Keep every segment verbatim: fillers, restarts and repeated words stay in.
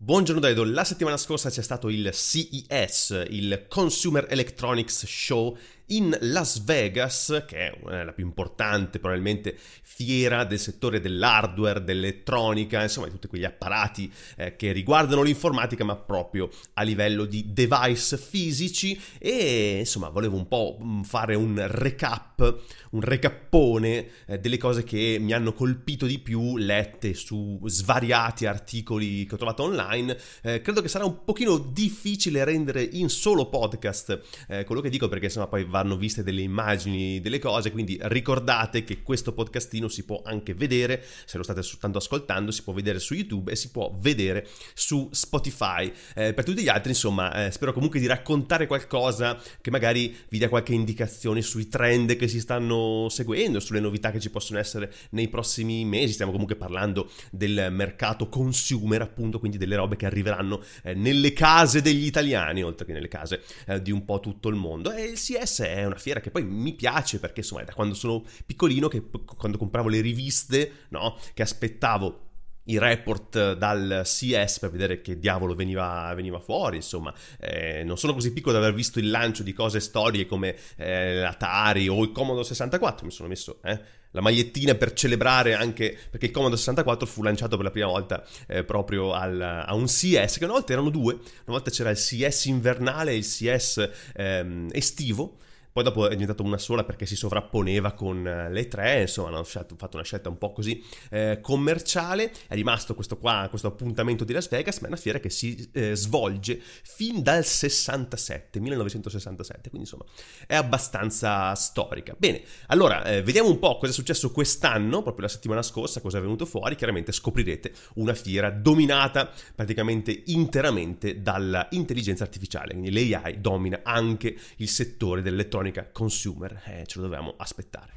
Buongiorno Daido, la settimana scorsa c'è stato il C E S, il Consumer Electronics Show in Las Vegas, che è la più importante probabilmente fiera del settore dell'hardware, dell'elettronica, insomma di tutti quegli apparati eh, che riguardano l'informatica ma proprio a livello di device fisici. E insomma volevo un po' fare un recap, un recappone eh, delle cose che mi hanno colpito di più lette su svariati articoli che ho trovato online. Eh, credo che sarà un pochino difficile rendere in solo podcast eh, quello che dico, perché insomma poi vanno viste delle immagini delle cose, quindi ricordate che questo podcastino si può anche vedere, se lo state soltanto ascoltando si può vedere su YouTube e si può vedere su Spotify. Eh, per tutti gli altri insomma eh, spero comunque di raccontare qualcosa che magari vi dia qualche indicazione sui trend che si stanno seguendo, sulle novità che ci possono essere nei prossimi mesi. Stiamo comunque parlando del mercato consumer, appunto, quindi delle robe che arriveranno eh, nelle case degli italiani oltre che nelle case eh, di un po' tutto il mondo. E il C E S è una fiera che poi mi piace perché insomma è da quando sono piccolino che quando compravo le riviste, no, che aspettavo i report dal C E S per vedere che diavolo veniva, veniva fuori. Insomma eh, non sono così piccolo da aver visto il lancio di cose storiche come eh, l'Atari o il Commodore sessantaquattro. Mi sono messo eh, la magliettina per celebrare, anche perché il Commodore sessantaquattro fu lanciato per la prima volta eh, proprio al, a un C E S, che una volta erano due. Una volta c'era il C E S invernale e il C E S ehm, estivo. Poi dopo è diventato una sola perché si sovrapponeva con le tre, insomma hanno fatto una scelta un po' così eh, commerciale. È rimasto questo qua, questo appuntamento di Las Vegas, ma è una fiera che si eh, svolge fin dal sessantasette, millenovecentosessantasette, quindi insomma è abbastanza storica. Bene, allora eh, vediamo un po' cosa è successo quest'anno, proprio la settimana scorsa, cosa è venuto fuori. Chiaramente scoprirete una fiera dominata praticamente interamente dalla intelligenza artificiale, quindi l'A I domina anche il settore dell'elettronica consumer, eh, ce lo dovevamo aspettare.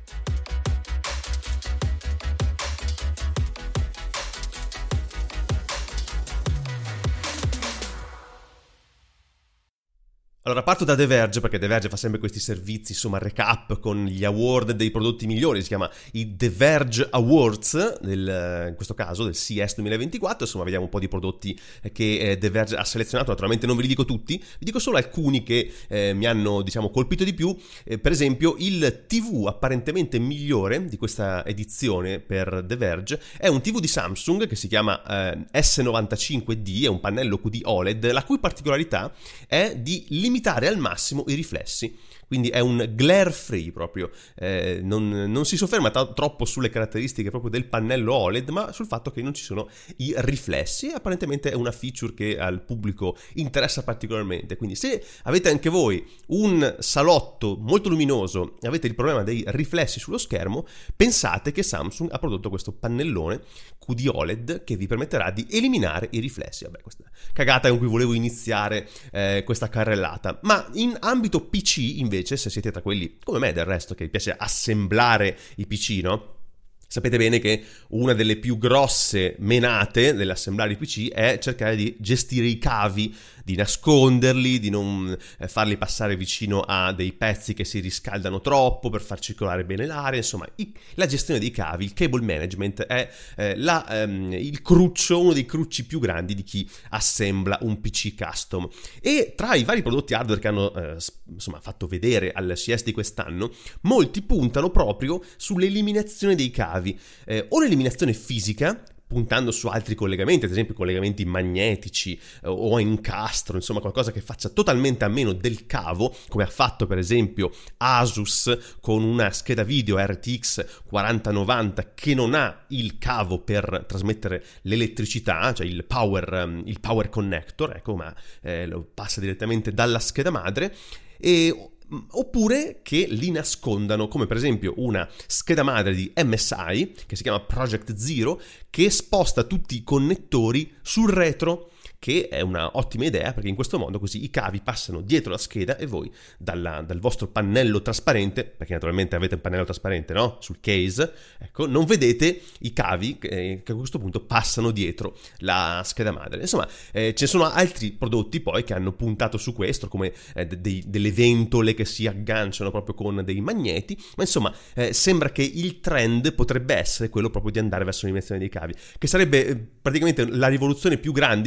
Allora parto da The Verge, perché The Verge fa sempre questi servizi, insomma recap con gli award dei prodotti migliori. Si chiama i The Verge Awards, del, in questo caso del C E S duemilaventiquattro. Insomma vediamo un po' di prodotti che eh, The Verge ha selezionato. Naturalmente non ve li dico tutti, vi dico solo alcuni che eh, mi hanno, diciamo, colpito di più. Eh, per esempio il T V apparentemente migliore di questa edizione per The Verge è un T V di Samsung che si chiama eh, S novantacinque D, è un pannello Q D O L E D, la cui particolarità è di limitare limitare al massimo i riflessi. Quindi è un glare free proprio, eh, non, non si sofferma t- troppo sulle caratteristiche proprio del pannello O L E D, ma sul fatto che non ci sono i riflessi. Apparentemente è una feature che al pubblico interessa particolarmente. Quindi se avete anche voi un salotto molto luminoso e avete il problema dei riflessi sullo schermo, pensate che Samsung ha prodotto questo pannellone Q D O L E D che vi permetterà di eliminare i riflessi. Vabbè, questa cagata con cui volevo iniziare eh, questa carrellata. Ma in ambito P C invece, Invece, se siete tra quelli, come me del resto, che vi piace assemblare i P C, no? Sapete bene che una delle più grosse menate dell'assemblare i P C è cercare di gestire i cavi, di nasconderli, di non farli passare vicino a dei pezzi che si riscaldano troppo per far circolare bene l'aria. Insomma, i, la gestione dei cavi, il cable management è eh, la, ehm, il cruccio, uno dei crucci più grandi di chi assembla un P C custom. E tra i vari prodotti hardware che hanno eh, insomma fatto vedere al C E S di quest'anno, molti puntano proprio sull'eliminazione dei cavi. Eh, o l'eliminazione fisica, puntando su altri collegamenti, ad esempio collegamenti magnetici eh, o a incastro, insomma qualcosa che faccia totalmente a meno del cavo, come ha fatto per esempio Asus con una scheda video R T X quaranta novanta che non ha il cavo per trasmettere l'elettricità, cioè il power, il power connector, ecco, ma eh, lo passa direttamente dalla scheda madre. E oppure che li nascondano, come per esempio una scheda madre di M S I che si chiama Project Zero, che sposta tutti i connettori sul retro, che è una ottima idea perché in questo modo così i cavi passano dietro la scheda e voi dalla, dal vostro pannello trasparente, perché naturalmente avete un pannello trasparente, no? Sul case, ecco, non vedete i cavi che, che a questo punto passano dietro la scheda madre. Insomma, eh, ce ne sono altri prodotti poi che hanno puntato su questo, come eh, dei, delle ventole che si agganciano proprio con dei magneti, ma insomma eh, sembra che il trend potrebbe essere quello proprio di andare verso l'eliminazione dei cavi, che sarebbe eh, praticamente la rivoluzione più grande in ambito di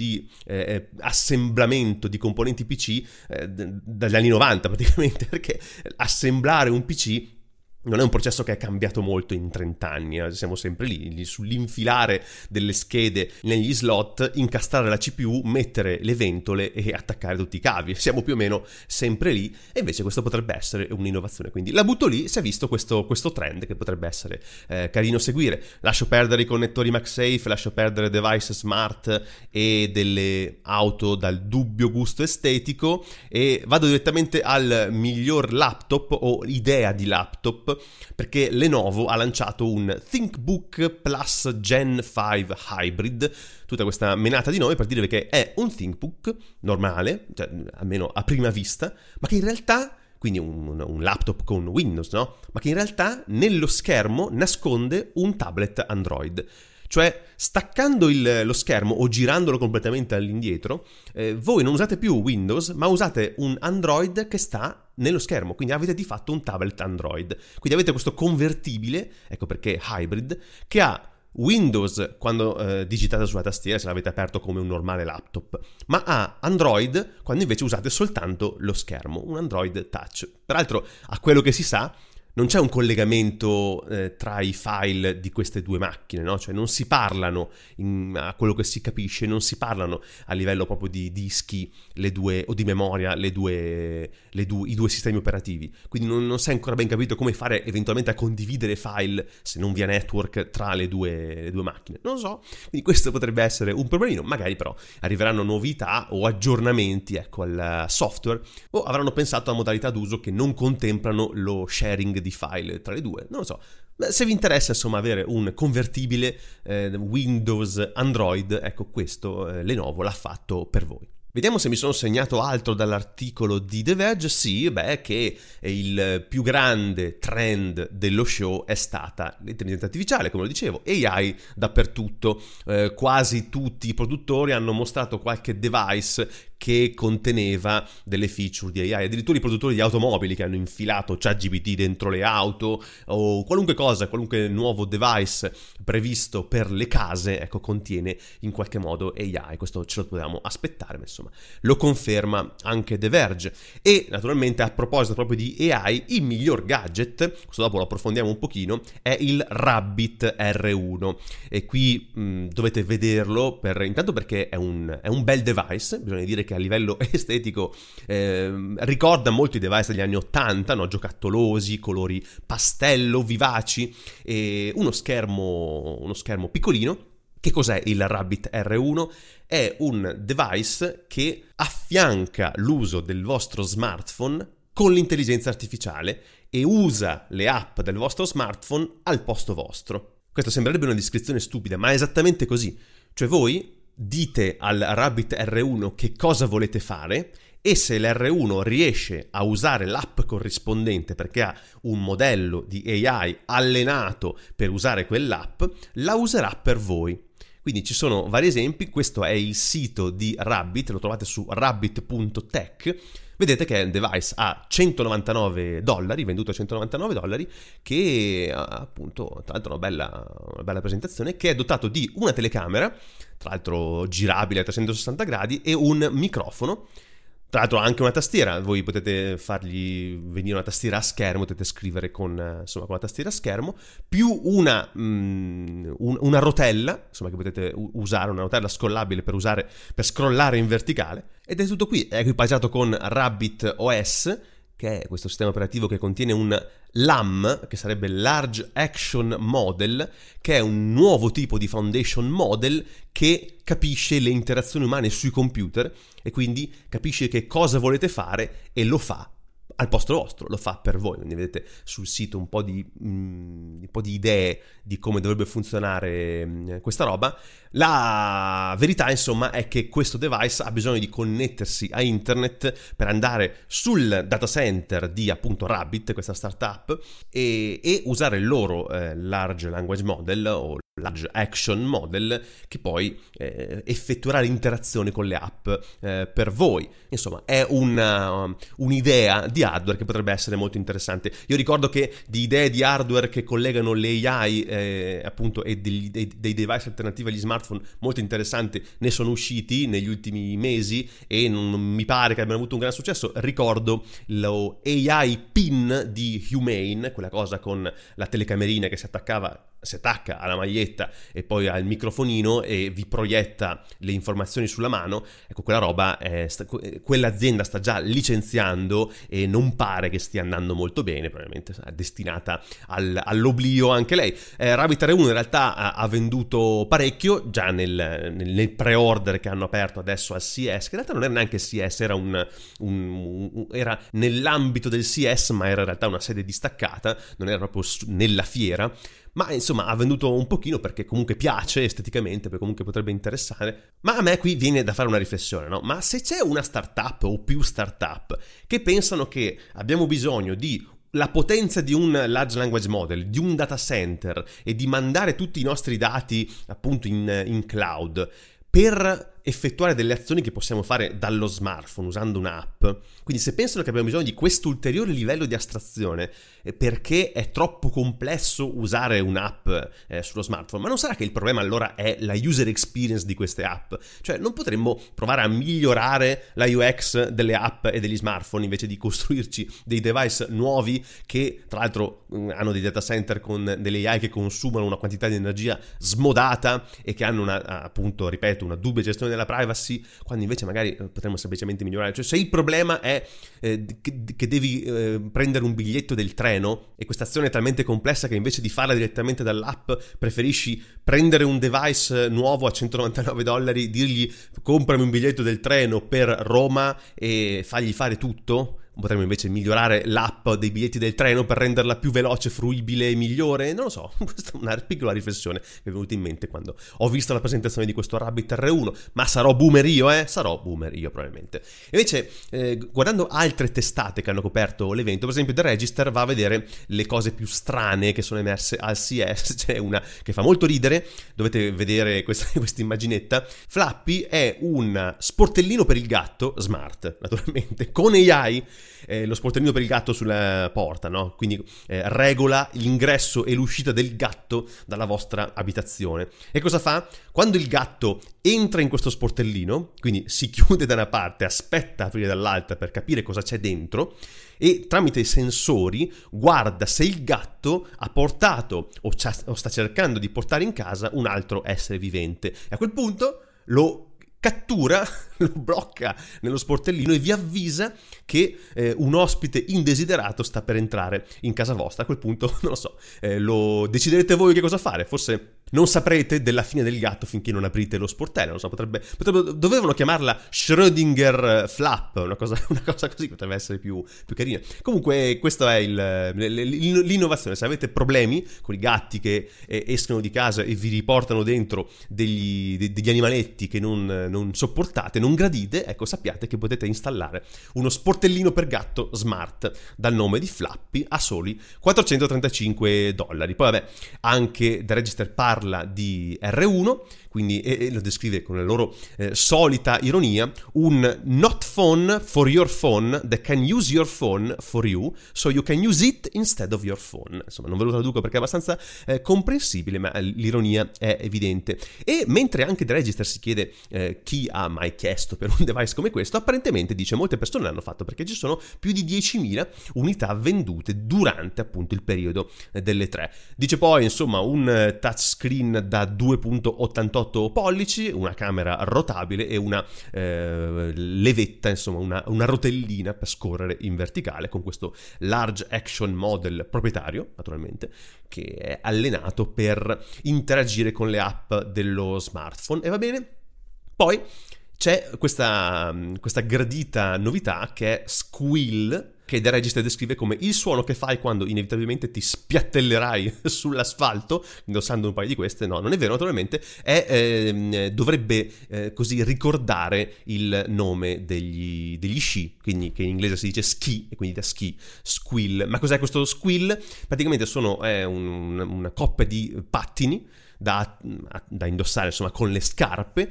di eh, assemblamento di componenti P C eh, d- dagli anni novanta praticamente, perché assemblare un P C non è un processo che è cambiato molto in trenta anni, eh? Siamo sempre lì, lì sull'infilare delle schede negli slot, incastrare la C P U, mettere le ventole e attaccare tutti i cavi. Siamo più o meno sempre lì, e invece questo potrebbe essere un'innovazione. Quindi la butto lì, si è visto questo, questo trend che potrebbe essere eh, carino seguire. Lascio perdere i connettori MagSafe, lascio perdere device smart e delle auto dal dubbio gusto estetico e vado direttamente al miglior laptop o idea di laptop, perché Lenovo ha lanciato un ThinkBook Plus Gen cinque Hybrid, tutta questa menata di nome per dire che è un ThinkBook normale, cioè almeno a prima vista, ma che in realtà, quindi un, un laptop con Windows, no? Ma che in realtà nello schermo nasconde un tablet Android. Cioè, staccando il, lo schermo o girandolo completamente all'indietro, eh, voi non usate più Windows, ma usate un Android che sta nello schermo, quindi avete di fatto un tablet Android. Quindi avete questo convertibile, ecco perché hybrid, che ha Windows quando eh, digitate sulla tastiera, se l'avete aperto come un normale laptop, ma ha Android quando invece usate soltanto lo schermo, un Android Touch. Peraltro, a quello che si sa, non c'è un collegamento eh, tra i file di queste due macchine, no? Cioè non si parlano, in, a quello che si capisce, non si parlano a livello proprio di dischi le due, o di memoria le due, le due, i due sistemi operativi. Quindi non, non si è ancora ben capito come fare eventualmente a condividere file, se non via network, tra le due, le due macchine. Non lo so, quindi questo potrebbe essere un problemino. Magari però arriveranno novità o aggiornamenti, ecco, al software, o avranno pensato a modalità d'uso che non contemplano lo sharing di file tra le due, non lo so. Se vi interessa insomma avere un convertibile eh, Windows Android, ecco questo eh, Lenovo l'ha fatto per voi. Vediamo se mi sono segnato altro dall'articolo di The Verge. Sì, beh, che il più grande trend dello show è stata l'intelligenza artificiale, come lo dicevo, A I dappertutto. Eh, quasi tutti i produttori hanno mostrato qualche device che conteneva delle feature di A I, addirittura i produttori di automobili che hanno infilato ChatGPT dentro le auto, o qualunque cosa, qualunque nuovo device previsto per le case, ecco, contiene in qualche modo A I. Questo ce lo potevamo aspettare, ma insomma lo conferma anche The Verge. E naturalmente, a proposito proprio di A I, il miglior gadget, questo dopo lo approfondiamo un pochino, è il Rabbit R uno, e qui mh, dovete vederlo per, intanto perché è un, è un bel device. Bisogna dire che a livello estetico eh, ricorda molto i device degli anni ottanta, no? Giocattolosi, colori pastello, vivaci, e uno schermo, uno schermo piccolino. Che cos'è il Rabbit R uno? È un device che affianca l'uso del vostro smartphone con l'intelligenza artificiale e usa le app del vostro smartphone al posto vostro. Questo sembrerebbe una descrizione stupida, ma è esattamente così. Cioè voi dite al Rabbit R uno che cosa volete fare, e se l'R uno riesce a usare l'app corrispondente perché ha un modello di A I allenato per usare quell'app, la userà per voi. Quindi ci sono vari esempi. Questo è il sito di Rabbit, lo trovate su rabbit punto tech. Vedete che è un device a centonovantanove dollari, venduto a centonovantanove dollari, che ha appunto, tra l'altro, una bella, una bella presentazione, che è dotato di una telecamera, tra l'altro girabile a trecentosessanta gradi, e un microfono. Tra l'altro anche una tastiera, voi potete fargli venire una tastiera a schermo, potete scrivere con, insomma, con la tastiera a schermo, più una, um, un, una rotella, insomma, che potete usare, una rotella scollabile per usare, per scrollare in verticale, ed è tutto qui. È equipaggiato con Rabbit O S, che è questo sistema operativo che contiene un L A M, che sarebbe Large Action Model, che è un nuovo tipo di foundation model che capisce le interazioni umane sui computer e quindi capisce che cosa volete fare e lo fa al posto vostro, lo fa per voi. Quindi vedete sul sito un po' di, mh, un po' di idee di come dovrebbe funzionare mh, questa roba. La verità, insomma, è che questo device ha bisogno di connettersi a internet per andare sul data center di, appunto, Rabbit, questa startup, e, e usare il loro eh, Large Language Model o Large Action Model, che poi eh, effettuerà l'interazione con le app eh, per voi. Insomma, è una, un'idea di di hardware che potrebbe essere molto interessante. Io ricordo che di idee di hardware che collegano le A I eh, appunto e degli, dei, dei device alternativi agli smartphone molto interessanti ne sono usciti negli ultimi mesi e non, non mi pare che abbiano avuto un gran successo. Ricordo lo A I Pin di Humane, quella cosa con la telecamerina che si attaccava si attacca alla maglietta e poi al microfonino e vi proietta le informazioni sulla mano. Ecco, quella roba è sta, quell'azienda sta già licenziando e non pare che stia andando molto bene, probabilmente è destinata al, all'oblio anche lei. eh, Rabbit R uno in realtà ha, ha venduto parecchio già nel, nel, nel pre-order che hanno aperto adesso al C E S, che in realtà non era neanche C E S, era un, un, un era nell'ambito del C E S, ma era in realtà una sede distaccata, non era proprio nella fiera. Ma insomma ha venduto un pochino perché comunque piace esteticamente, perché comunque potrebbe interessare. Ma a me qui viene da fare una riflessione, no? Ma se c'è una startup o più startup che pensano che abbiamo bisogno di la potenza di un large language model, di un data center e di mandare tutti i nostri dati appunto in, in cloud per effettuare delle azioni che possiamo fare dallo smartphone usando un'app. Quindi se pensano che abbiamo bisogno di questo ulteriore livello di astrazione perché è troppo complesso usare un'app eh, sullo smartphone, ma non sarà che il problema allora è la user experience di queste app? Cioè non potremmo provare a migliorare la U X delle app e degli smartphone invece di costruirci dei device nuovi che tra l'altro mh, hanno dei data center con delle A I che consumano una quantità di energia smodata e che hanno una, appunto, ripeto, una dubbia gestione della privacy, quando invece magari potremmo semplicemente migliorare. Cioè se il problema è eh, che, che devi eh, prendere un biglietto del treno e questa azione è talmente complessa che invece di farla direttamente dall'app preferisci prendere un device nuovo a centonovantanove dollari, dirgli comprami un biglietto del treno per Roma e fargli fare tutto, potremmo invece migliorare l'app dei biglietti del treno per renderla più veloce, fruibile e migliore. Non lo so, questa è una piccola riflessione che mi è venuta in mente quando ho visto la presentazione di questo Rabbit R uno. Ma sarò boomer io, eh? Sarò boomer io probabilmente. Invece eh, guardando altre testate che hanno coperto l'evento, per esempio The Register va a vedere le cose più strane che sono emerse al C E S. C'è una che fa molto ridere, dovete vedere questa, questa immaginetta. Flappy è un sportellino per il gatto smart, naturalmente, con A I. Eh, lo sportellino per il gatto sulla porta, no? Quindi eh, regola l'ingresso e l'uscita del gatto dalla vostra abitazione. E cosa fa? Quando il gatto entra in questo sportellino, quindi si chiude da una parte, aspetta aprire dall'altra per capire cosa c'è dentro e tramite i sensori guarda se il gatto ha portato o, o sta cercando di portare in casa un altro essere vivente. E a quel punto lo cattura, lo blocca nello sportellino e vi avvisa che eh, un ospite indesiderato sta per entrare in casa vostra. A quel punto, non lo so, eh, lo deciderete voi che cosa fare. Forse non saprete della fine del gatto finché non aprite lo sportello. Non so, potrebbe, potrebbe dovevano chiamarla Schrödinger Flap, una cosa, una cosa così potrebbe essere più, più carina. Comunque questa è il, l'innovazione. Se avete problemi con i gatti che eh, escono di casa e vi riportano dentro degli, degli animaletti che non, non sopportate, non gradite, ecco, sappiate che potete installare uno sportellino per gatto smart dal nome di Flappy a soli quattrocentotrentacinque dollari. Poi vabbè, anche The Register parla di R uno, quindi e, e lo descrive con la loro eh, solita ironia, un not phone for your phone that can use your phone for you, so you can use it instead of your phone. Insomma, non ve lo traduco perché è abbastanza eh, comprensibile, ma l'ironia è evidente. E mentre anche The Register si chiede eh, chi ha mai chiesto per un device come questo, apparentemente dice molte persone l'hanno fatto perché ci sono più di diecimila unità vendute durante appunto il periodo delle tre. Dice poi insomma un touchscreen da due virgola ottantotto pollici, una camera rotabile e una eh, levetta, insomma una, una rotellina per scorrere in verticale con questo large action model proprietario, naturalmente, che è allenato per interagire con le app dello smartphone. E va bene? Poi c'è questa, questa gradita novità che è Squeal, che The Register descrive come il suono che fai quando inevitabilmente ti spiattellerai sull'asfalto indossando un paio di queste. No, non è vero, naturalmente è, eh, dovrebbe eh, così ricordare il nome degli, degli sci, quindi che in inglese si dice ski e quindi da ski, Squeal. Ma cos'è questo Squeal? Praticamente sono è un, una coppia di pattini da, da indossare insomma con le scarpe,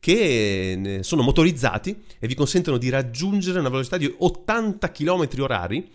che sono motorizzati e vi consentono di raggiungere una velocità di ottanta chilometri orari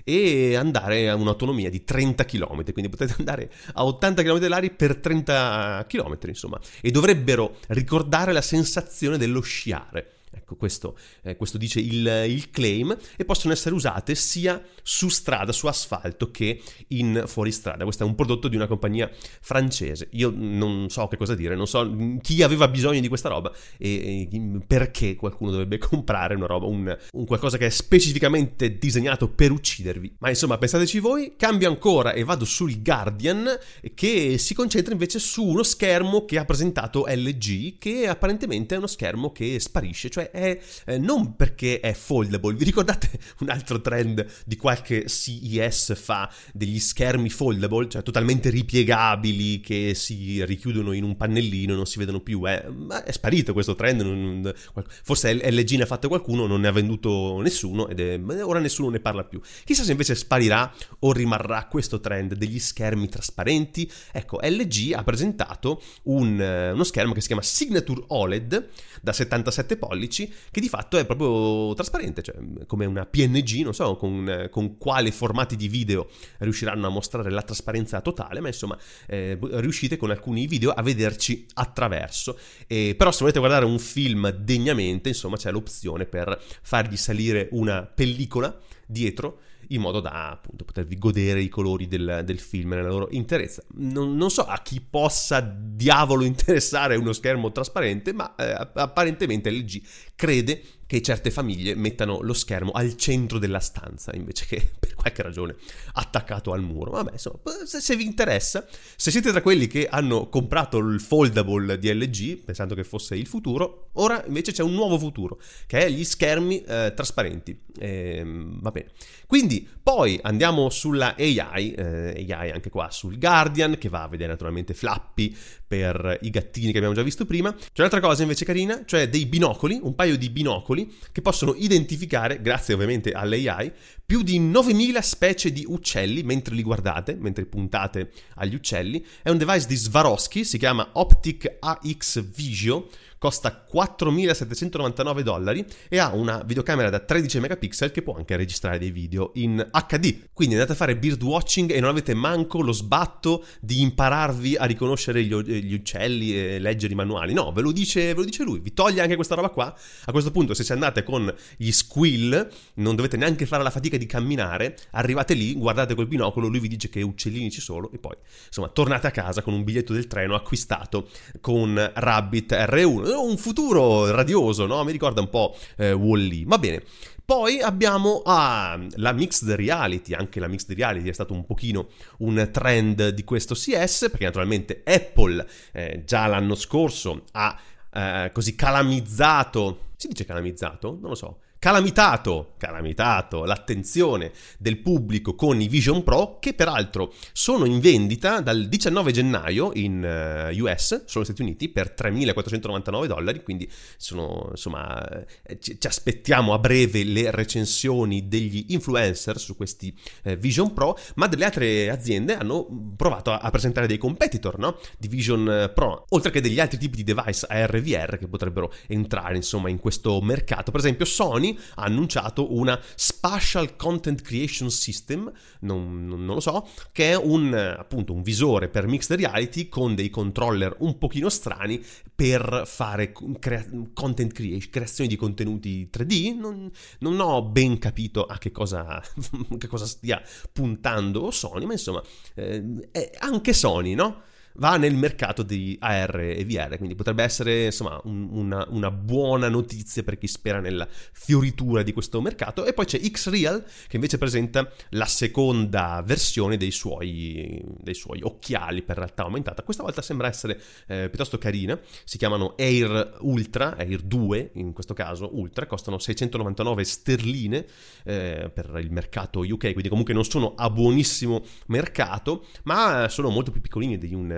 e andare a un'autonomia di trenta chilometri, quindi potete andare a ottanta chilometri orari per trenta chilometri, insomma, e dovrebbero ricordare la sensazione dello sciare. Ecco, questo, eh, questo dice il, il claim, e possono essere usate sia su strada, su asfalto, che in fuoristrada. Questo è un prodotto di una compagnia francese. Io non so che cosa dire, non so chi aveva bisogno di questa roba e, e perché qualcuno dovrebbe comprare una roba, un, un qualcosa che è specificamente disegnato per uccidervi. Ma insomma, pensateci voi. Cambio ancora e vado sul Guardian, che si concentra invece su uno schermo che ha presentato L G, che apparentemente è uno schermo che sparisce, cioè è eh, non perché è foldable. Vi ricordate un altro trend di qualche C E S fa, degli schermi foldable, cioè totalmente ripiegabili, che si richiudono in un pannellino e non si vedono più? Eh? Ma è sparito questo trend, non, forse L G ne ha fatto qualcuno, non ne ha venduto nessuno ed è, ora nessuno ne parla più. Chissà se invece sparirà o rimarrà questo trend degli schermi trasparenti. Ecco, L G ha presentato un, uno schermo che si chiama Signature O L E D da settantasette pollici, che di fatto è proprio trasparente, cioè come una P N G, non so con, con quali formati di video riusciranno a mostrare la trasparenza totale, ma insomma eh, riuscite con alcuni video a vederci attraverso. E, però se volete guardare un film degnamente, insomma c'è l'opzione per fargli salire una pellicola dietro, in modo da appunto potervi godere i colori del, del film nella loro interezza. Non, non so a chi possa diavolo interessare uno schermo trasparente, ma eh, apparentemente L G crede che certe famiglie mettano lo schermo al centro della stanza invece che per qualche ragione attaccato al muro. Vabbè, insomma, se, se vi interessa, se siete tra quelli che hanno comprato il foldable di L G pensando che fosse il futuro, ora invece c'è un nuovo futuro, che è gli schermi eh, trasparenti. Eh, va bene. Quindi poi andiamo sulla A I, eh, A I anche qua sul Guardian, che va a vedere naturalmente Flappy per i gattini che abbiamo già visto prima. C'è un'altra cosa invece carina, cioè dei binocoli, un paio di binocoli che possono identificare, grazie ovviamente all'A I, più di novemila specie di uccelli mentre li guardate, mentre puntate agli uccelli. È un device di Swarovski, si chiama Optic A X Visio, costa quattromilasettecentonovantanove dollari e ha una videocamera da tredici megapixel che può anche registrare dei video in H D. Quindi andate a fare birdwatching e non avete manco lo sbatto di impararvi a riconoscere gli, gli uccelli e leggere i manuali. No, ve lo dice, ve lo dice lui. Vi toglie anche questa roba qua. A questo punto, se ci andate con gli squill, non dovete neanche fare la fatica di camminare. Arrivate lì, guardate col binocolo, lui vi dice che uccellini ci sono e poi, insomma, tornate a casa con un biglietto del treno acquistato con Rabbit R uno. Un futuro radioso, no? Mi ricorda un po' eh, Wall-E. Va bene. Poi abbiamo ah, la mixed reality. Anche la mixed reality è stato un pochino un trend di questo C E S, perché naturalmente Apple eh, già l'anno scorso ha eh, così calamizzato, si dice calamizzato? Non lo so. Calamitato, calamitato l'attenzione del pubblico con i Vision Pro, che peraltro sono in vendita dal diciannove gennaio in uh, U S, solo negli Stati Uniti, per tremilaquattrocentonovantanove dollari, quindi sono, insomma, ci, ci aspettiamo a breve le recensioni degli influencer su questi uh, Vision Pro, ma delle altre aziende hanno provato a, a presentare dei competitor, no? Di Vision Pro, oltre che degli altri tipi di device A R V R che potrebbero entrare, insomma, in questo mercato. Per esempio Sony ha annunciato una Spatial Content Creation System, non, non lo so, che è un, appunto, un visore per mixed reality con dei controller un pochino strani per fare crea- content creation, creazione di contenuti tre D. Non, non ho ben capito a che cosa, che cosa stia puntando Sony, ma insomma, eh, è anche Sony, no? Va nel mercato di A R e V R, quindi potrebbe essere, insomma, un, una, una buona notizia per chi spera nella fioritura di questo mercato. E poi c'è X-Real, che invece presenta la seconda versione dei suoi, dei suoi occhiali per realtà aumentata. Questa volta sembra essere eh, piuttosto carina, si chiamano Air Ultra, Air due in questo caso, Ultra, costano seicentonovantanove sterline eh, per il mercato U K, quindi comunque non sono a buonissimo mercato, ma sono molto più piccolini di un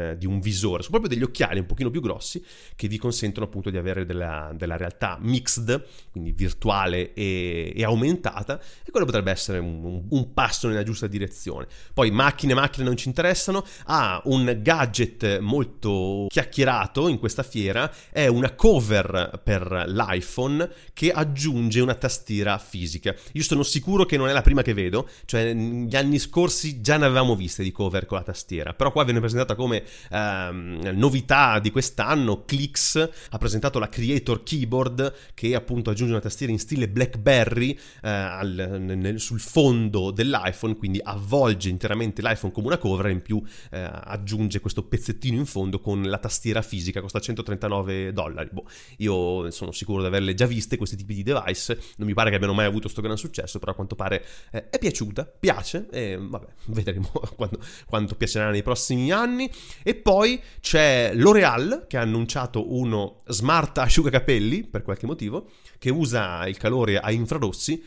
un, di un visore, sono proprio degli occhiali un pochino più grossi che vi consentono appunto di avere della, della realtà mixed, quindi virtuale e, e aumentata, e quello potrebbe essere un, un, un passo nella giusta direzione. Poi macchine macchine non ci interessano. Ah, un gadget molto chiacchierato in questa fiera è una cover per l'iPhone che aggiunge una tastiera fisica. Io sono sicuro che non è la prima che vedo, cioè negli anni scorsi già ne avevamo viste di cover con la tastiera, però qua viene presentata come ehm, novità di quest'anno. Clix ha presentato la Creator Keyboard, che appunto aggiunge una tastiera in stile BlackBerry eh, al, nel, sul fondo dell'iPhone, quindi avvolge interamente l'iPhone come una cover e in più eh, aggiunge questo pezzettino in fondo con la tastiera fisica. Costa centotrentanove dollari. Boh, io sono sicuro di averle già viste questi tipi di device, non mi pare che abbiano mai avuto sto gran successo, però a quanto pare eh, è piaciuta, piace, e vabbè, vedremo quando, quanto piacerà nei prossimi anni. E poi c'è L'Oreal che ha annunciato uno smart asciugacapelli, per qualche motivo, che usa il calore a infrarossi,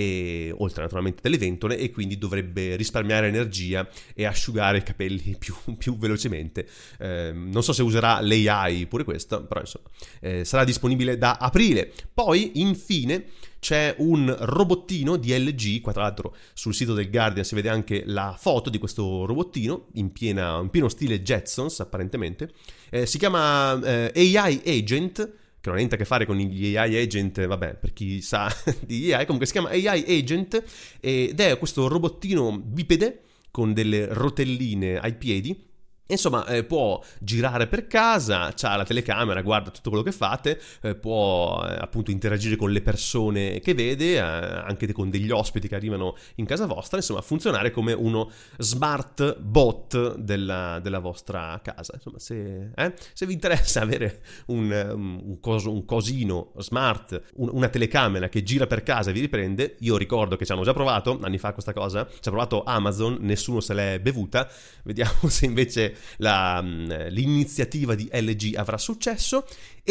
e oltre naturalmente delle ventole, e quindi dovrebbe risparmiare energia e asciugare i capelli più, più velocemente. Eh, non so se userà l'A I pure questo, però insomma eh, sarà disponibile da aprile. Poi infine c'è un robottino di L G, qua tra l'altro sul sito del Guardian si vede anche la foto di questo robottino in, piena, in pieno stile Jetsons apparentemente. Eh, si chiama eh, A I Agent, che non ha niente a che fare con gli A I agent, vabbè, per chi sa di A I, comunque si chiama A I Agent, ed è questo robottino bipede con delle rotelline ai piedi. Insomma, eh, può girare per casa, c'ha la telecamera, guarda tutto quello che fate, eh, può eh, appunto interagire con le persone che vede, eh, anche con degli ospiti che arrivano in casa vostra, insomma funzionare come uno smart bot della, della vostra casa. Insomma, se, eh, se vi interessa avere un, un, coso, un cosino smart, un, una telecamera che gira per casa e vi riprende, io ricordo che ci hanno già provato anni fa questa cosa, ci ha provato Amazon, nessuno se l'è bevuta, vediamo se invece La, l'iniziativa di L G avrà successo.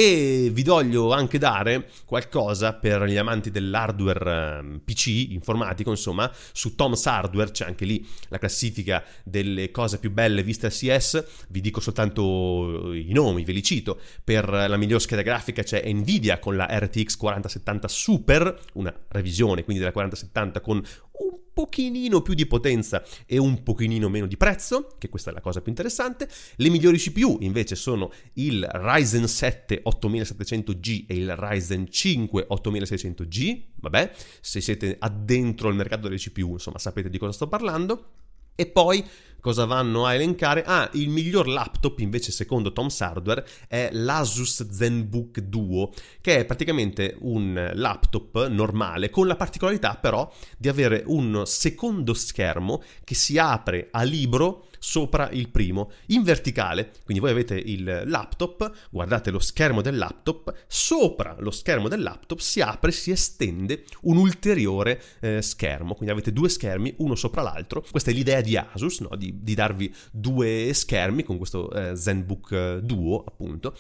E vi voglio anche dare qualcosa per gli amanti dell'hardware um, P C informatico. Insomma, su Tom's Hardware c'è anche lì la classifica delle cose più belle viste al C E S. Vi dico soltanto i nomi, ve li cito. Per la miglior scheda grafica c'è Nvidia con la R T X quaranta settanta Super, una revisione quindi della quaranta settanta con un pochino più di potenza e un pochino meno di prezzo, che questa è la cosa più interessante. Le migliori C P U invece sono il Ryzen sette ottomilasettecento G e il Ryzen cinque ottomilaseicento G. Vabbè, se siete addentro al mercato delle C P U, insomma, sapete di cosa sto parlando. E poi cosa vanno a elencare? Ah, il miglior laptop invece secondo Tom's Hardware è l'Asus ZenBook Duo, che è praticamente un laptop normale con la particolarità però di avere un secondo schermo che si apre a libro sopra il primo, in verticale. Quindi voi avete il laptop, guardate lo schermo del laptop, sopra lo schermo del laptop si apre, si estende un ulteriore eh, schermo, quindi avete due schermi uno sopra l'altro. Questa è l'idea di Asus, no? di, di darvi due schermi con questo eh, ZenBook Duo, appunto,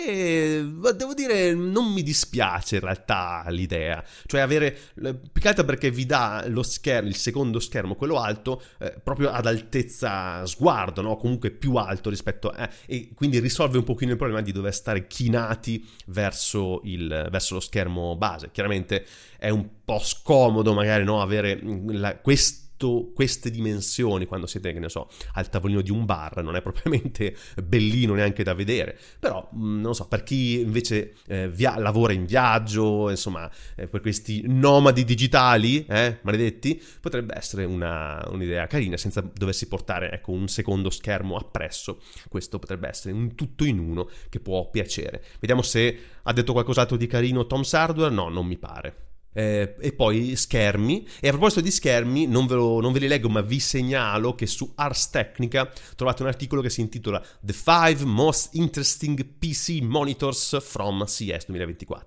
che devo dire non mi dispiace in realtà l'idea, cioè avere, più che altro perché vi dà lo schermo, il secondo schermo, quello alto, eh, proprio ad altezza sguardo, no? Comunque più alto rispetto a, eh, e quindi risolve un pochino il problema di dover stare chinati verso, il, verso lo schermo base. Chiaramente è un po' scomodo magari, no? Avere la, questo queste dimensioni quando siete, che ne so, al tavolino di un bar, non è propriamente bellino neanche da vedere, però non lo so, per chi invece eh, via- lavora in viaggio, insomma, eh, per questi nomadi digitali, eh, maledetti, potrebbe essere una, un'idea carina senza doversi portare, ecco, un secondo schermo appresso. Questo potrebbe essere un tutto in uno che può piacere. Vediamo se ha detto qualcos'altro di carino Tom's Hardware. No, non mi pare. Eh, e poi schermi. E a proposito di schermi, non ve, lo, non ve li leggo, ma vi segnalo che su Ars Technica trovate un articolo che si intitola The five Most Interesting P C Monitors from C E S duemilaventiquattro.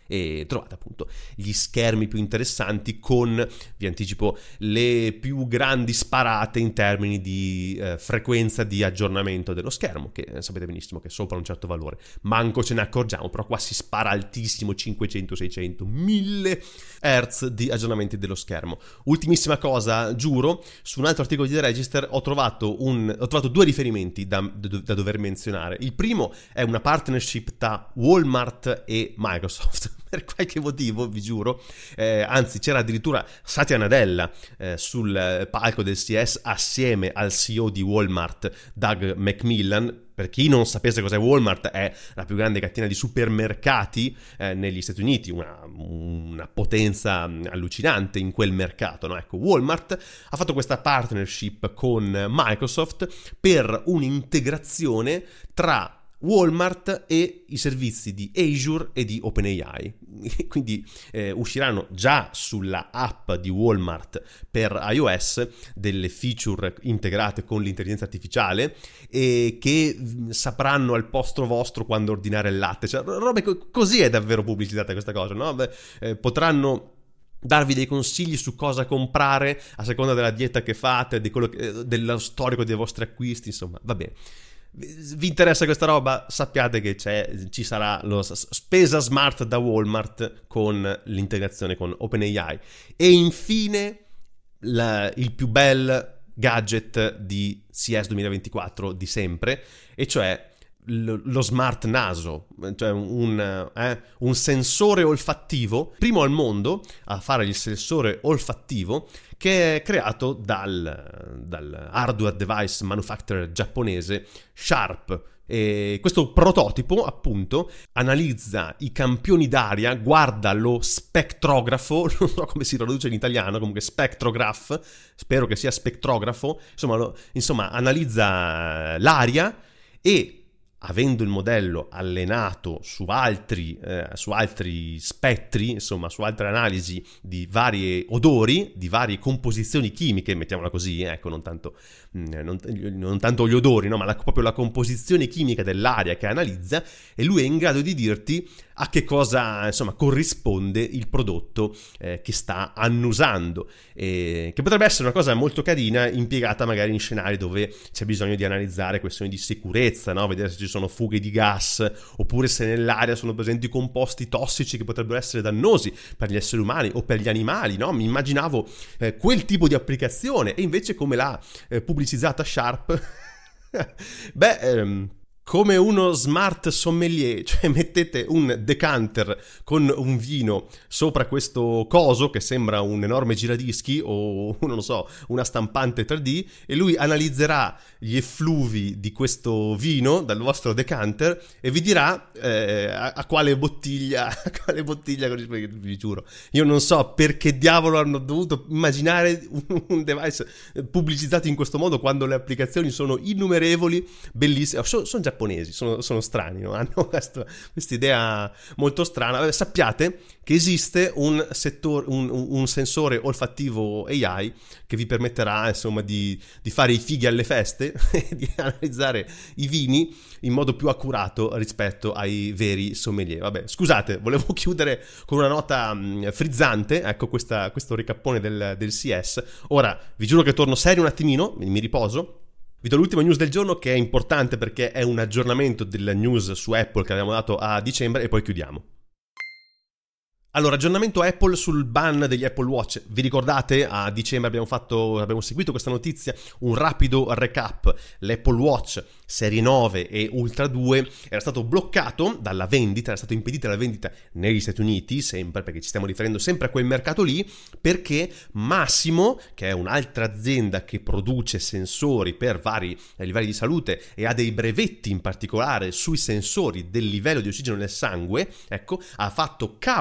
e trovate appunto gli schermi più interessanti con, vi anticipo, le più grandi sparate in termini di eh, frequenza di aggiornamento dello schermo, che eh, sapete benissimo che è sopra un certo valore, manco ce ne accorgiamo, però qua si spara altissimo, cinquecento, seicento, mille hertz di aggiornamenti dello schermo. Ultimissima cosa, giuro, su un altro articolo di The Register ho trovato, un, ho trovato due riferimenti da, da, da dover menzionare. Il primo è una partnership tra Walmart e Microsoft. Per qualche motivo, vi giuro, eh, anzi c'era addirittura Satya Nadella eh, sul palco del C E S assieme al C E O di Walmart, Doug McMillon. Per chi non sapesse cos'è Walmart, è la più grande catena di supermercati eh, negli Stati Uniti, una, una potenza allucinante in quel mercato, no? Ecco, Walmart ha fatto questa partnership con Microsoft per un'integrazione tra Walmart e i servizi di Azure e di OpenAI. Quindi eh, usciranno già sulla app di Walmart per iOS delle feature integrate con l'intelligenza artificiale e che sapranno al posto vostro quando ordinare il latte, cioè robe co- così è davvero pubblicizzata questa cosa, no? Beh, eh, potranno darvi dei consigli su cosa comprare a seconda della dieta che fate, di quello che, dello storico dei vostri acquisti, insomma, va bene. Vi interessa questa roba? Sappiate che c'è, ci sarà lo spesa smart da Walmart con l'integrazione con OpenAI. E infine la, il più bel gadget di C E S duemilaventiquattro di sempre, e cioè lo, lo smart naso, cioè un, eh, un sensore olfattivo, primo al mondo a fare il sensore olfattivo, che è creato dal, dal hardware device manufacturer giapponese Sharp. E questo prototipo, appunto, analizza i campioni d'aria, guarda lo spettrografo, non so come si traduce in italiano, comunque spectrograph, spero che sia spettrografo, insomma, lo, insomma analizza l'aria e, avendo il modello allenato su altri, eh, su altri spettri, insomma su altre analisi di vari odori, di varie composizioni chimiche, mettiamola così, ecco, non tanto, non, non tanto gli odori, no, ma la, proprio la composizione chimica dell'aria che analizza, e lui è in grado di dirti a che cosa, insomma, corrisponde il prodotto eh, che sta annusando, e che potrebbe essere una cosa molto carina impiegata magari in scenari dove c'è bisogno di analizzare questioni di sicurezza, no? Vedere se ci sono fughe di gas, oppure se nell'aria sono presenti composti tossici che potrebbero essere dannosi per gli esseri umani o per gli animali, no? Mi immaginavo eh, quel tipo di applicazione, e invece come l'ha eh, pubblicizzata Sharp beh, ehm, come uno smart sommelier, cioè mettete un decanter con un vino sopra questo coso che sembra un enorme giradischi o, non lo so, una stampante tre D, e lui analizzerà gli effluvi di questo vino dal vostro decanter e vi dirà eh, a, a quale bottiglia, a quale bottiglia corrisponde. Vi giuro, io non so perché diavolo hanno dovuto immaginare un, un device pubblicizzato in questo modo quando le applicazioni sono innumerevoli, bellissime, sono, sono già giapponesi, sono, sono strani, no? Hanno questa idea molto strana. Vabbè, sappiate che esiste un, settore, un, un sensore olfattivo A I che vi permetterà, insomma, di, di fare i fighi alle feste e di analizzare i vini in modo più accurato rispetto ai veri sommelier. Vabbè, scusate, volevo chiudere con una nota mh, frizzante, ecco, questa, questo ricappone del, del C E S. Ora vi giuro che torno serio un attimino, mi riposo. Vi do l'ultima news del giorno, che è importante perché è un aggiornamento della news su Apple che abbiamo dato a dicembre, e poi chiudiamo. Allora, aggiornamento Apple sul ban degli Apple Watch. Vi ricordate? A dicembre abbiamo fatto, abbiamo seguito questa notizia, un rapido recap. L'Apple Watch Serie nove e Ultra due era stato bloccato dalla vendita, era stato impedita la vendita negli Stati Uniti, sempre, perché ci stiamo riferendo sempre a quel mercato lì, perché Massimo, che è un'altra azienda che produce sensori per vari livelli di salute e ha dei brevetti in particolare sui sensori del livello di ossigeno nel sangue, ecco, ha fatto causa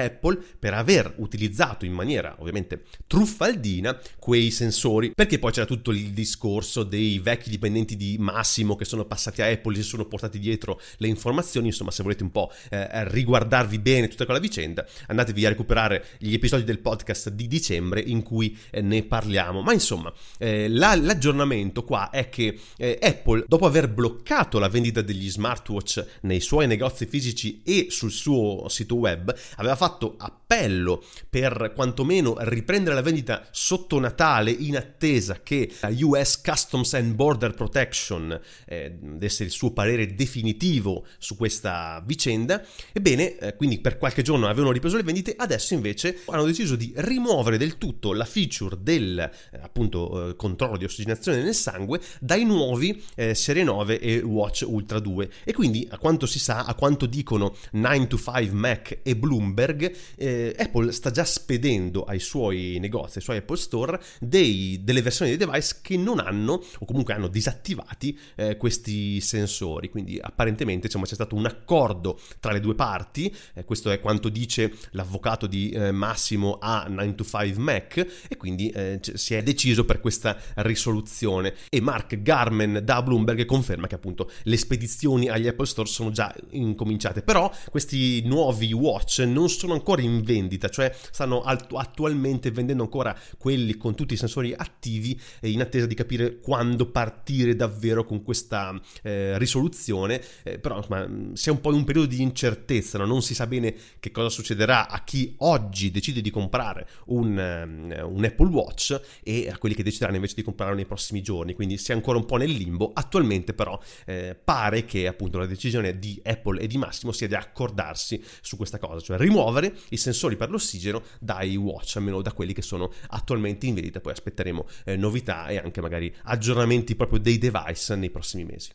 Apple per aver utilizzato in maniera ovviamente truffaldina quei sensori, perché poi c'era tutto il discorso dei vecchi dipendenti di Massimo che sono passati a Apple e si sono portati dietro le informazioni. Insomma, se volete un po' eh, riguardarvi bene tutta quella vicenda, andatevi a recuperare gli episodi del podcast di dicembre in cui eh, ne parliamo. Ma insomma, eh, la, l'aggiornamento qua è che eh, Apple, dopo aver bloccato la vendita degli smartwatch nei suoi negozi fisici e sul suo sito web, aveva fatto appello per quantomeno riprendere la vendita sotto Natale in attesa che la U S Customs and Border Protection eh, desse il suo parere definitivo su questa vicenda. Ebbene, eh, quindi per qualche giorno avevano ripreso le vendite, adesso invece hanno deciso di rimuovere del tutto la feature del eh, appunto eh, controllo di ossigenazione nel sangue dai nuovi eh, Serie nove e Watch Ultra due, e quindi a quanto si sa, a quanto dicono nine to five Mac e Bloomberg, eh, Apple sta già spedendo ai suoi negozi, ai suoi Apple Store, dei, delle versioni dei device che non hanno o comunque hanno disattivati eh, questi sensori. Quindi apparentemente insomma, c'è stato un accordo tra le due parti, eh, questo è quanto dice l'avvocato di eh, Massimo a nine to five Mac, e quindi eh, c- si è deciso per questa risoluzione. E Mark Gurman da Bloomberg conferma che appunto le spedizioni agli Apple Store sono già incominciate, però questi nuovi watch non sono ancora in vendita, cioè stanno alt- attualmente vendendo ancora quelli con tutti i sensori attivi in attesa di capire quando partire davvero con questa eh, risoluzione, eh, però insomma si è un po' in un periodo di incertezza, no? Non si sa bene che cosa succederà a chi oggi decide di comprare un, um, un Apple Watch e a quelli che decideranno invece di comprarlo nei prossimi giorni, quindi si è ancora un po' nel limbo. Attualmente però eh, pare che appunto la decisione di Apple e di Massimo sia di accordarsi su questa cosa, cioè rimuovere i sensori per l'ossigeno dai watch, almeno da quelli che sono attualmente in vendita. Poi aspetteremo eh, novità e anche magari aggiornamenti proprio dei device nei prossimi mesi.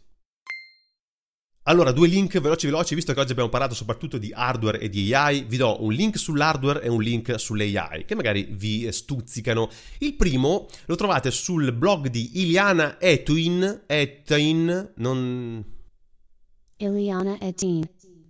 Allora, due link veloci veloci, visto che oggi abbiamo parlato soprattutto di hardware e di A I, vi do un link sull'hardware e un link sull'A I che magari vi stuzzicano. Il primo lo trovate sul blog di Iliana Etuin, Etuin, non... Iliana Etin.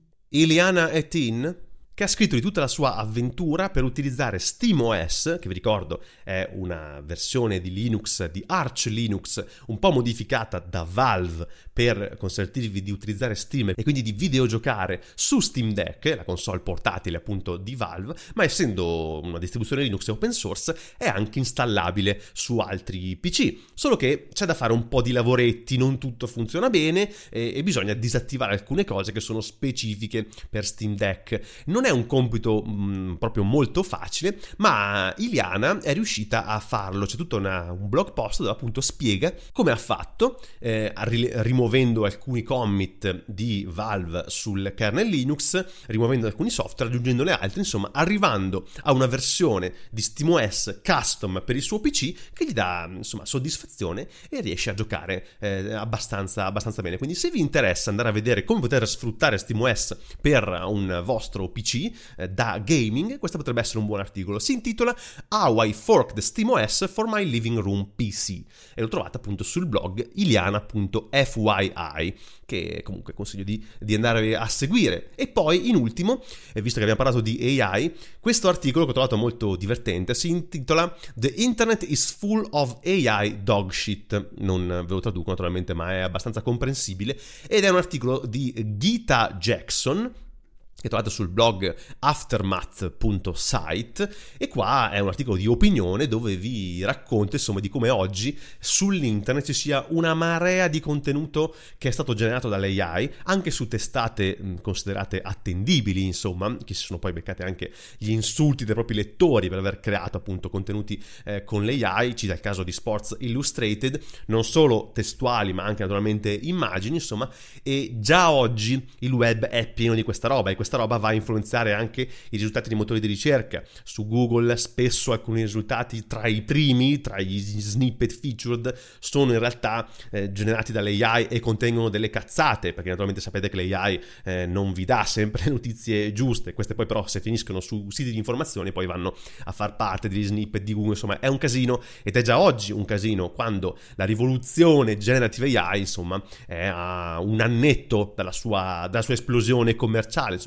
Iliana Etin, che ha scritto di tutta la sua avventura per utilizzare SteamOS, che vi ricordo è una versione di Linux, di Arch Linux, un po' modificata da Valve per consentirvi di utilizzare Steam e quindi di videogiocare su Steam Deck, la console portatile appunto di Valve, ma essendo una distribuzione Linux open source è anche installabile su altri P C, solo che c'è da fare un po' di lavoretti, non tutto funziona bene e, e bisogna disattivare alcune cose che sono specifiche per Steam Deck. Non è un compito mh, proprio molto facile, ma Iliana è riuscita a farlo. C'è tutto una, un blog post dove appunto spiega come ha fatto, eh, rimuovendo alcuni commit di Valve sul kernel Linux, rimuovendo alcuni software, aggiungendone altri, insomma arrivando a una versione di SteamOS custom per il suo P C che gli dà insomma soddisfazione e riesce a giocare eh, abbastanza, abbastanza bene. Quindi se vi interessa andare a vedere come poter sfruttare SteamOS per un vostro P C da gaming, questo potrebbe essere un buon articolo. Si intitola How I Forked SteamOS for My Living Room P C e lo trovate appunto sul blog iliana punto f y i, che comunque consiglio di, di andare a seguire. E poi in ultimo, visto che abbiamo parlato di A I, questo articolo che ho trovato molto divertente si intitola The Internet is full of A I dog shit. Non ve lo traduco naturalmente, ma è abbastanza comprensibile, ed è un articolo di Geeta Jackson che trovate sul blog aftermath punto site, e qua è un articolo di opinione dove vi racconto insomma di come oggi sull'internet ci sia una marea di contenuto che è stato generato dall'A I, anche su testate mh, considerate attendibili, insomma, che si sono poi beccate anche gli insulti dei propri lettori per aver creato appunto contenuti eh, con l'A I. Ci dà il caso di Sports Illustrated, non solo testuali ma anche naturalmente immagini, insomma, e già oggi il web è pieno di questa roba, e questa roba va a influenzare anche i risultati dei motori di ricerca. Su Google spesso alcuni risultati tra i primi, tra gli snippet featured, sono in realtà eh, generati dall'A I e contengono delle cazzate, perché naturalmente sapete che l'A I eh, non vi dà sempre le notizie giuste. Queste poi però se finiscono su siti di informazione poi vanno a far parte degli snippet di Google. Insomma è un casino, ed è già oggi un casino quando la rivoluzione generative A I insomma è a un annetto dalla sua, dalla sua esplosione commerciale. Insomma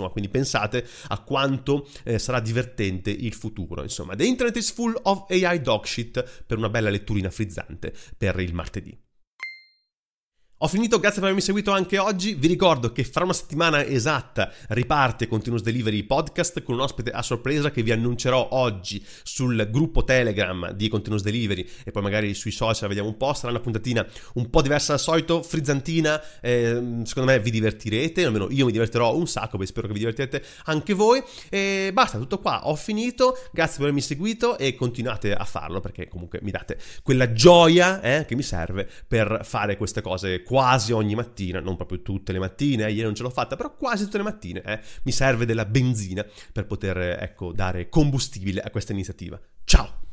insomma, quindi pensate a quanto eh, sarà divertente il futuro, insomma. The Internet is full of A I dog shit, per una bella letturina frizzante per il martedì. Ho finito, grazie per avermi seguito anche oggi. Vi ricordo che fra una settimana esatta riparte Continuous Delivery Podcast con un ospite a sorpresa che vi annuncerò oggi sul gruppo Telegram di Continuous Delivery e poi magari sui social, vediamo un po'. Sarà una puntatina un po' diversa dal solito, frizzantina, eh, secondo me vi divertirete, almeno io mi divertirò un sacco, beh, spero che vi divertirete anche voi. E basta, tutto qua, ho finito, grazie per avermi seguito e continuate a farlo perché comunque mi date quella gioia eh, che mi serve per fare queste cose quasi ogni mattina, non proprio tutte le mattine, eh, ieri non ce l'ho fatta, però quasi tutte le mattine eh, mi serve della benzina per poter, ecco, dare combustibile a questa iniziativa. Ciao!